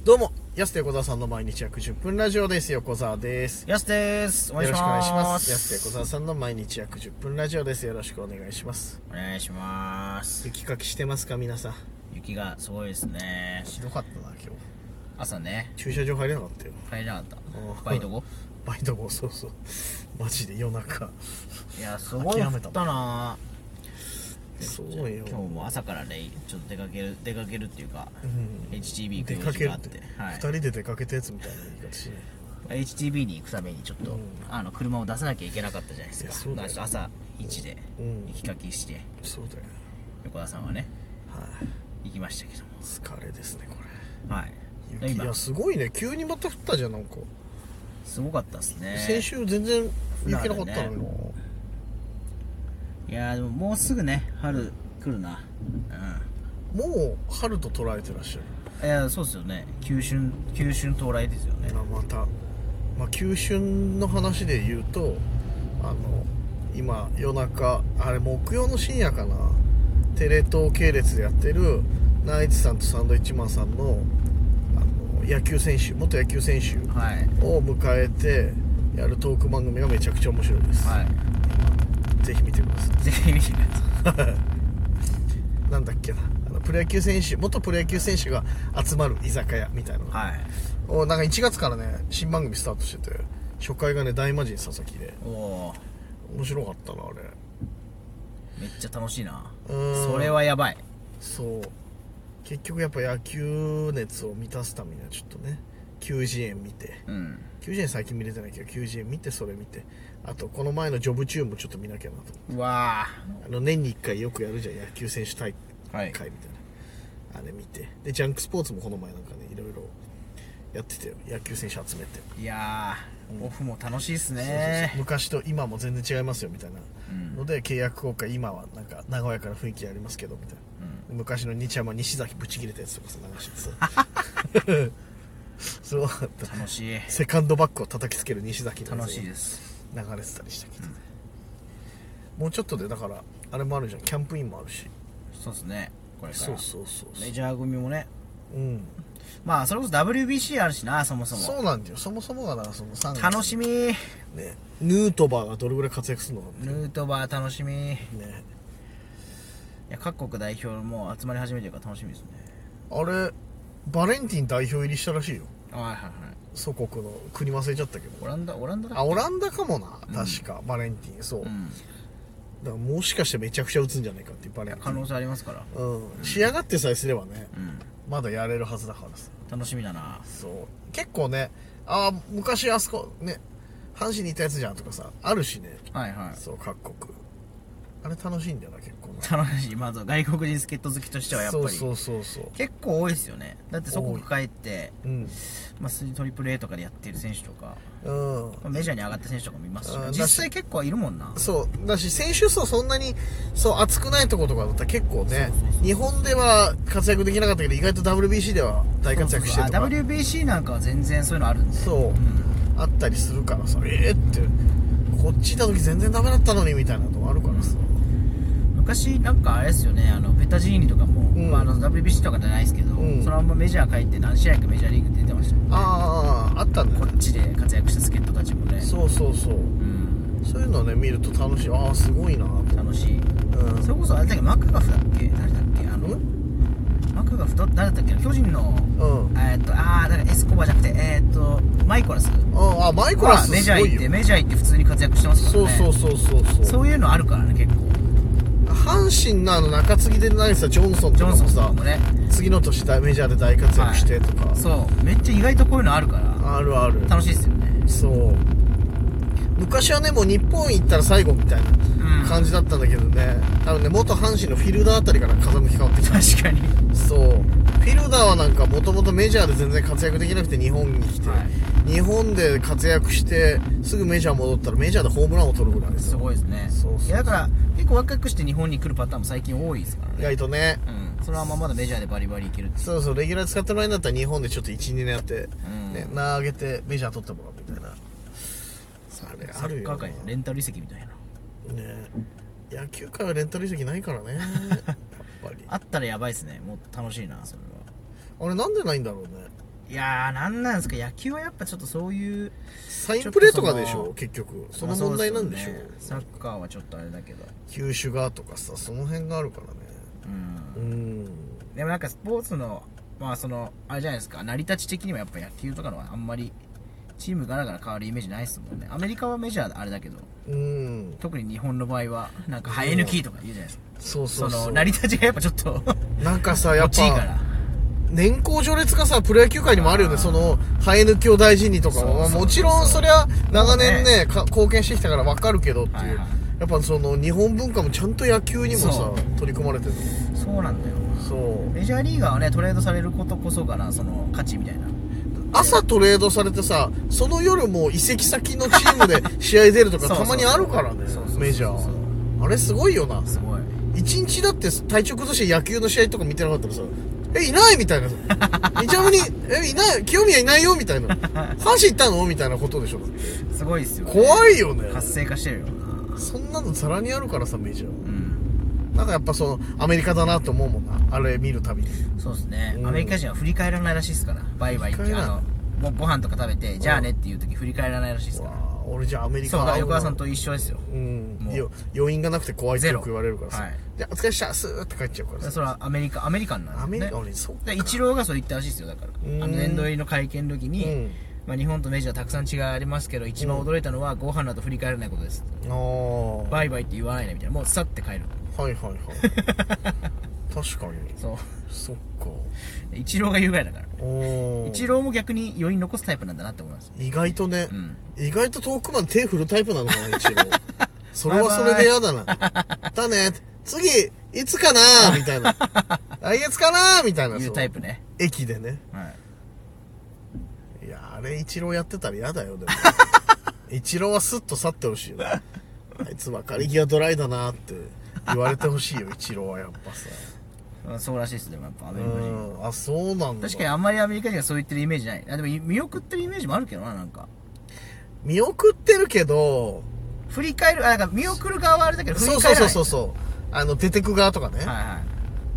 どうも、安手小沢さんの毎日約10分ラジオです。横澤です。 やすです。お願いします。 よろしくお願いします。安手小沢さんの毎日約10分ラジオです。よろしくお願いします。 お願いします。 雪かきしてますか皆さん。 雪がすごいですね。 ひどかったな今日。 朝ね。 駐車場入れなかったよ。 入れなかった。バイト後バイト後、そうそう。マジで夜中。 いや、すごい降ったな。 そうよ。 今日も朝からね、ちょっと出かけるっていうか、HTB 行く用事があって、 2人で出かけたやつみたいな言い方しね。 HTB に行くためにちょっと、車を出さなきゃいけなかったじゃないですか。 そうだよ。 朝1で雪かきして、 そうだよ。 横田さんはね、行きましたけども。 疲れですねこれ。 はい。 雪、いやすごいね。急にまた降ったじゃんなんか。 すごかったですね。 先週全然雪なかったのにな。 いやでももうすぐね春来るな。 もう春と捉えてらっしゃる。いやそうですよね。急春到来ですよね。 また、急春の話で言うと今夜中あれ木曜の深夜かな、テレ東系列でやってるナイツさんとサンドイッチマンさんの元野球選手を迎えてやるトーク番組がめちゃくちゃ面白いです。はい。ぜひ見てください。 ぜひ見てください。 なんだっけな、元プロ野球選手が集まる居酒屋みたいなの、なんか1月からね新番組スタートしてて、初回がね大魔神佐々木で面白かったなあれ。 めっちゃ楽しいな。それはやばい。 そう結局やっぱ野球熱を満たすためにはちょっとね球児園見て、球児園最近見れてないけど球児園見て、それ見て、あとこの前のジョブチューンもちょっと見なきゃなと思って。 うわ年に1回よくやるじゃん野球選手大会みたいな、あれ見て、でジャンクスポーツもこの前なんかねいろいろやってたよ、野球選手集めて。 いやオフも楽しいっすね。 そう昔と今も全然違いますよみたいなので、契約更改今はなんか和やかな雰囲気ありますけどみたいな、昔の日山西崎ぶち切れたやつとかさ流しててさすごかった。 楽しい。 セカンドバッグを叩きつける西崎の楽しいです。 流れてたりしたけど、もうちょっとでだからあれもあるじゃん、キャンプインもあるし。 そうですね。これからそうメジャー組もね、それこそ WBC あるしな、そもそも。 そうなんだよ。そもそもがだからその3月楽しみね。 ヌートバーがどれぐらい活躍するのか。 ヌートバー楽しみね。いや各国代表も集まり始めてるから楽しみですね。あれバレンティン代表入りしたらしいよ。 はい。 祖国の国忘れちゃったけど、 オランダオランダかもな、確かバレンティン。そう、だからもしかしてめちゃくちゃ打つんじゃないかっていうバレンティン可能性ありますから。 仕上がってさえすればね、まだやれるはずだからさ。 楽しみだな。 そう結構ね、昔あそこね阪神にいたやつじゃんとかさあるしね。そう各国あれ楽しいんだよな結構な。 楽しい。まず外国人助っ人好きとしてはやっぱりそう結構多いですよね。だってそこ帰ってトリプル A とかでやってる選手とかメジャーに上がった選手とかもいますし、実際結構いるもんな。 そうだし選手層そんなに熱くないところとかだったら結構ね、日本では活躍できなかったけど意外と WBC では大活躍してるとか。 WBC なんかは全然そういうのあるんで。 あったりするからさ、ってこっちいた時全然ダメだったのにみたいなのもあるからさ。 昔なんかあれですよね、ペタジーニとかも、WBC とかじゃないですけど、そのままメジャー帰って何試合かメジャーリーグ出てましたもんね。 あったんだよ。 こっちで活躍した助っ人たちもね。 そうそういうのね見ると楽しい。すごいな。 楽しい。それこそあれだっけ、マクガフだっけ、誰だっけ、マクガフ誰だったっけ、巨人のだからエスコバじゃなくてマイコラス。 マイコラスメジャー行って普通に活躍してますからね。そういうのあるからね結構。 阪神の中継ぎで投げてたジョンソンとかもさ、次の年メジャーで大活躍してとか、 そうめっちゃ意外とこういうのあるから。 ある楽しいですよね。 そう昔はねもう日本行ったら最後みたいな感じだったんだけどね、多分ね元阪神のフィルダーあたりから風向き変わってきた。 確かに。 そうフィルダーはなんかもともとメジャーで全然活躍できなくて日本に来て、日本で活躍してすぐメジャー戻ったらメジャーでホームランを取るぐらいです。 すごいですね。いやだから結構若くして日本に来るパターンも最近多いですからね。 意外とね。 そのまままだメジャーでバリバリいけるって。 そうレギュラー使ってもらえるんだったら日本でちょっと 1,2 年やって、投げてメジャー取ってもらうみたいな。 サッカー界レンタル移籍みたいなね。野球界はレンタル移籍ないからねやっぱりあったらやばいっすね。もう楽しいなそれは。 あれなんでないんだろうね。 いやー、なんなんですか、野球はやっぱちょっとそういうサインプレーとかでしょ結局。その問題なんでしょ、 まあそうですよね、サッカーはちょっとあれだけど、 球種がとかさ、その辺があるからね。 でもなんかスポーツのまあそのあれじゃないですか、成り立ち的にはやっぱ野球とかのはあんまりチームガラガラ変わるイメージないですもんね。アメリカはメジャーあれだけど、特に日本の場合はなんか生え抜きとか言うじゃないですか。 そうそうそう、 その成り立ちがやっぱちょっとなんかさ、やっこっちいいからぱ年功序列がさ、プロ野球界にもあるよね。その生え抜きを大事にとかそうそうそうそう、 もちろんそりゃ長年ね貢献してきたから分かるけどっていう、 はいはい、 やっぱその日本文化もちゃんと野球にもさそう取り込まれてる。 そうなんだよ。 そうメジャーリーガーはねトレードされることこそがな、その価値みたいな。 朝トレードされてさ、その夜も移籍先のチームで試合出るとかたまにあるからね。メジャーあれすごいよな。すごい。一日だって体調崩して野球の試合とか見てなかったらさ、いないみたいな。いちゃむに、いない、清宮いないよみたいな。阪神行ったのみたいなことでしょ。だってすごいっすよね。 怖いよね。 活性化してるよな。 そんなのザラにあるからさ、メジャー。なんかやっぱその、アメリカだなと思うもんな。あれ見るたびに。 そうですね。アメリカ人は振り返らないらしいですから。バイバイって。ご飯とか食べて、じゃあねっていう時振り返らないらしいですから。 俺じゃあアメリカそうだ、横川さんと一緒ですよ。 余韻がなくて怖いってよく言われるからさ。で、お疲れしたスーって帰っちゃうからさ。 それはアメリカンなんですね。 アメリカ俺そうか。 イチローがそう言ったらしいですよ。だから年度入りの会見の時に、まあ日本とメジャーたくさん違いありますけど、一番驚いたのはご飯だと振り返らないことです。バイバイって言わないねみたいな。もうさって帰る。 はいはいはい。確かに。 そう。 そっか。 イチローが言うぐらいだから。イチローも逆に余韻残すタイプなんだなって思います。 意外とね、意外と遠くまで手振るタイプなのかな、イチロー。それはそれで嫌だな。だね、次、いつかなみたいな。来月かなみたいな。 いうタイプね。 駅でね。いや、あれイチローやってたら嫌だよ、でも。イチローはスッと去ってほしいよ。あいつ別れ際ドライだなって言われてほしいよ、イチローはやっぱさ。 そうらしいですね、やっぱアメリカ人。 あ、そうなんだ。 確かにあんまりアメリカ人がそう言ってるイメージない。でも見送ってるイメージもあるけどな、なんか。 見送ってるけど、 振り返る、なんか見送る側はあれだけど、振り返らない。 そう。出てく側とかね。 はいはい。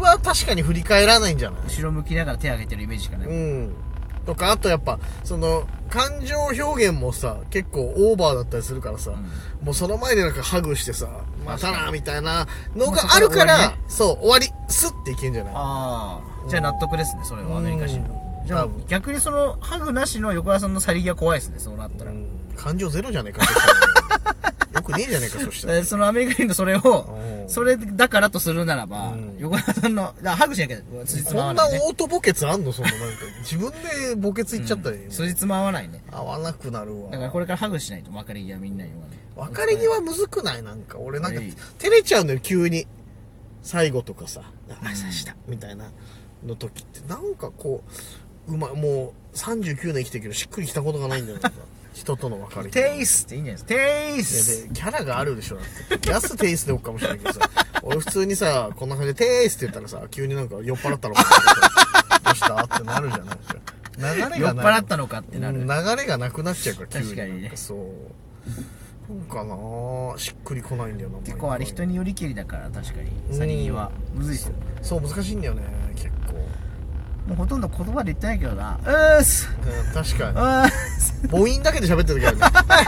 確かに振り返らないんじゃない？ 後ろ向きながら手上げてるイメージしかない。 とか、あとやっぱ、その、感情表現もさ、結構オーバーだったりするからさ、もうその前でなんかハグしてさ、またな、みたいなのがあるから、そう、終わり、スッていけんじゃない？ じゃあ納得ですね、それはアメリカ人の。じゃあ逆にその、ハグなしの横田さんの去り際怖いですね、そうなったら。 感情ゼロじゃねえか、よくねえじゃねえか、そしたら。 そのアメリカ人のそれを、それだからとするならば、横田さんの、ハグしなきゃ、 こんなオート墓穴あんの？そのなんか、自分で墓穴行っちゃったり。 辻褄合わないね。 合わなくなるわ。 だからこれからハグしないと、別れ際みんなに言わね。別れ際むずくない？なんか、俺なんか、照れちゃうんだよ、急に。最後とかさ、朝したみたいなの時って、なんかこう、もう39年生きてるけど、しっくりきたことがないんだよ。人との別れ。 テイスっていいんじゃないですか。テイスキャラがあるでしょ。だって。安テイスでおくかもしれないけどさ、俺普通にさ、こんな感じでテイスって言ったらさ、急になんか酔っ払ったのかどうしたってなるじゃないですか。 酔っ払ったのかってなる。 流れがなくなっちゃうから、急に。 確かにね。 そう。なんかなぁ、しっくりこないんだよな。 結構あれ人によりけりだから、確かに。去り際。むずいっすよ。 そう、難しいんだよね、結構。 もうほとんど言葉で言ってないけどな。 確かに。母音だけで喋ってる時あるね。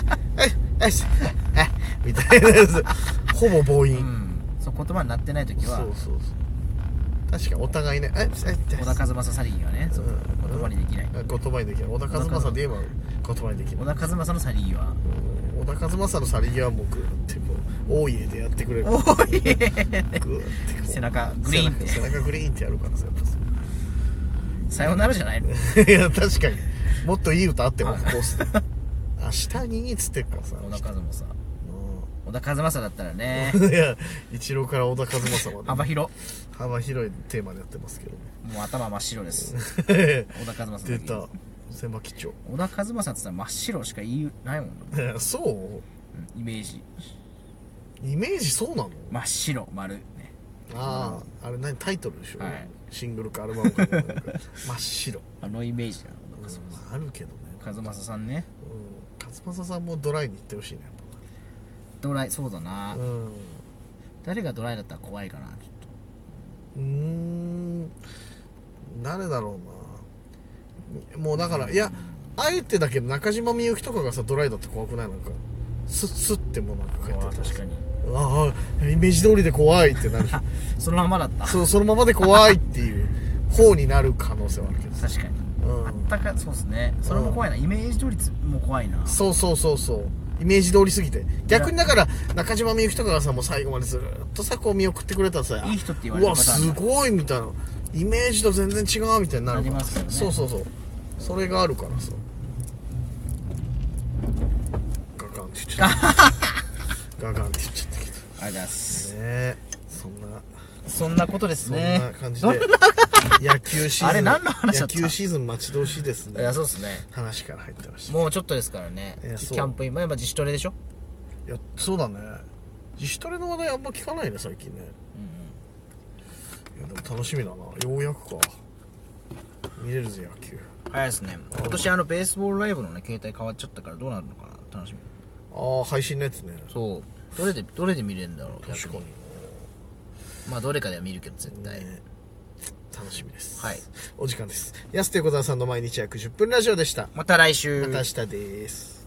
みたいなやつ。ほぼ母音。 そう、言葉になってない時は。 そう。確かにお互いね。 小田和正去り際ね。言葉にできない。 言葉にできない。小田和正で言えば言葉にできない。 小田和正の去り際。 小田和正の去り際は僕ってもう大家でやってくれる。 大家背中グリーンって。 背中グリーンってやるからさ、やっぱさよならじゃないの？ いや、確かに。もっといい歌あっても、オフコースで。明日につってっからさ。 小田和正。小田和正だったらね。 いや、一郎から小田和正まで。 幅広いテーマでやってますけどね。 もう頭真っ白です。小田和正。 出た。千葉吉兆。 小田和正って言ったら真っ白しか言いないもん。 そうイメージ。 イメージそうなの？ 真っ白、丸。 ああ、あれ何タイトルでしょ？シングルかアルバムか。真っ白。 あのイメージだ。 あるけどね。 和正さんね。 和正さんもドライに行ってほしいね。 ドライ、そうだな。誰がドライだったら怖いかな、ちょっと。 誰だろうな。 もうだからいやあえてだけど中島みゆきとかがさドライだって怖くない？なんかスッてもうなんか書いてある。 確かにああイメージ通りで怖いってなるそのままだった。 そのままで怖いっていう方になる可能性はあるけど。 確かに、あったかそうですね。それも怖いな、イメージ通りも怖いな。 そうイメージ通りすぎて逆にだから中島みゆきとかがさもう最後までずっとさこう見送ってくれたらさいい人って言われるパターン。 うわすごいみたいな、イメージと全然違うみたいになるから。 なりますよね。 そうそれがあるからさガガンって言っちゃったガガンって言っちゃったけど。 ありがとうございますね。 そんなことですね。 そんな感じで野球シーズンあれ何の話だった？ 野球シーズン待ち遠しいですね。 いやそうですね。 話から入ってました。 もうちょっとですからね。キャンプ今自主トレでしょ。 いやそうだね。自主トレの話題あんま聞かないね最近ね。いやでも楽しみだな。ようやくか見れるぜ野球。 早いですね。今年ベースボールライブのね携帯変わっちゃったからどうなるのかな楽しみ。 ああ配信のやつね。 そうどれで見れるんだろう。 確かに。 まあどれかでは見るけど絶対、 ね、楽しみです。 はい。 お時間です。安手小沢さんの毎日約10分ラジオでした。 また来週。 また明日です。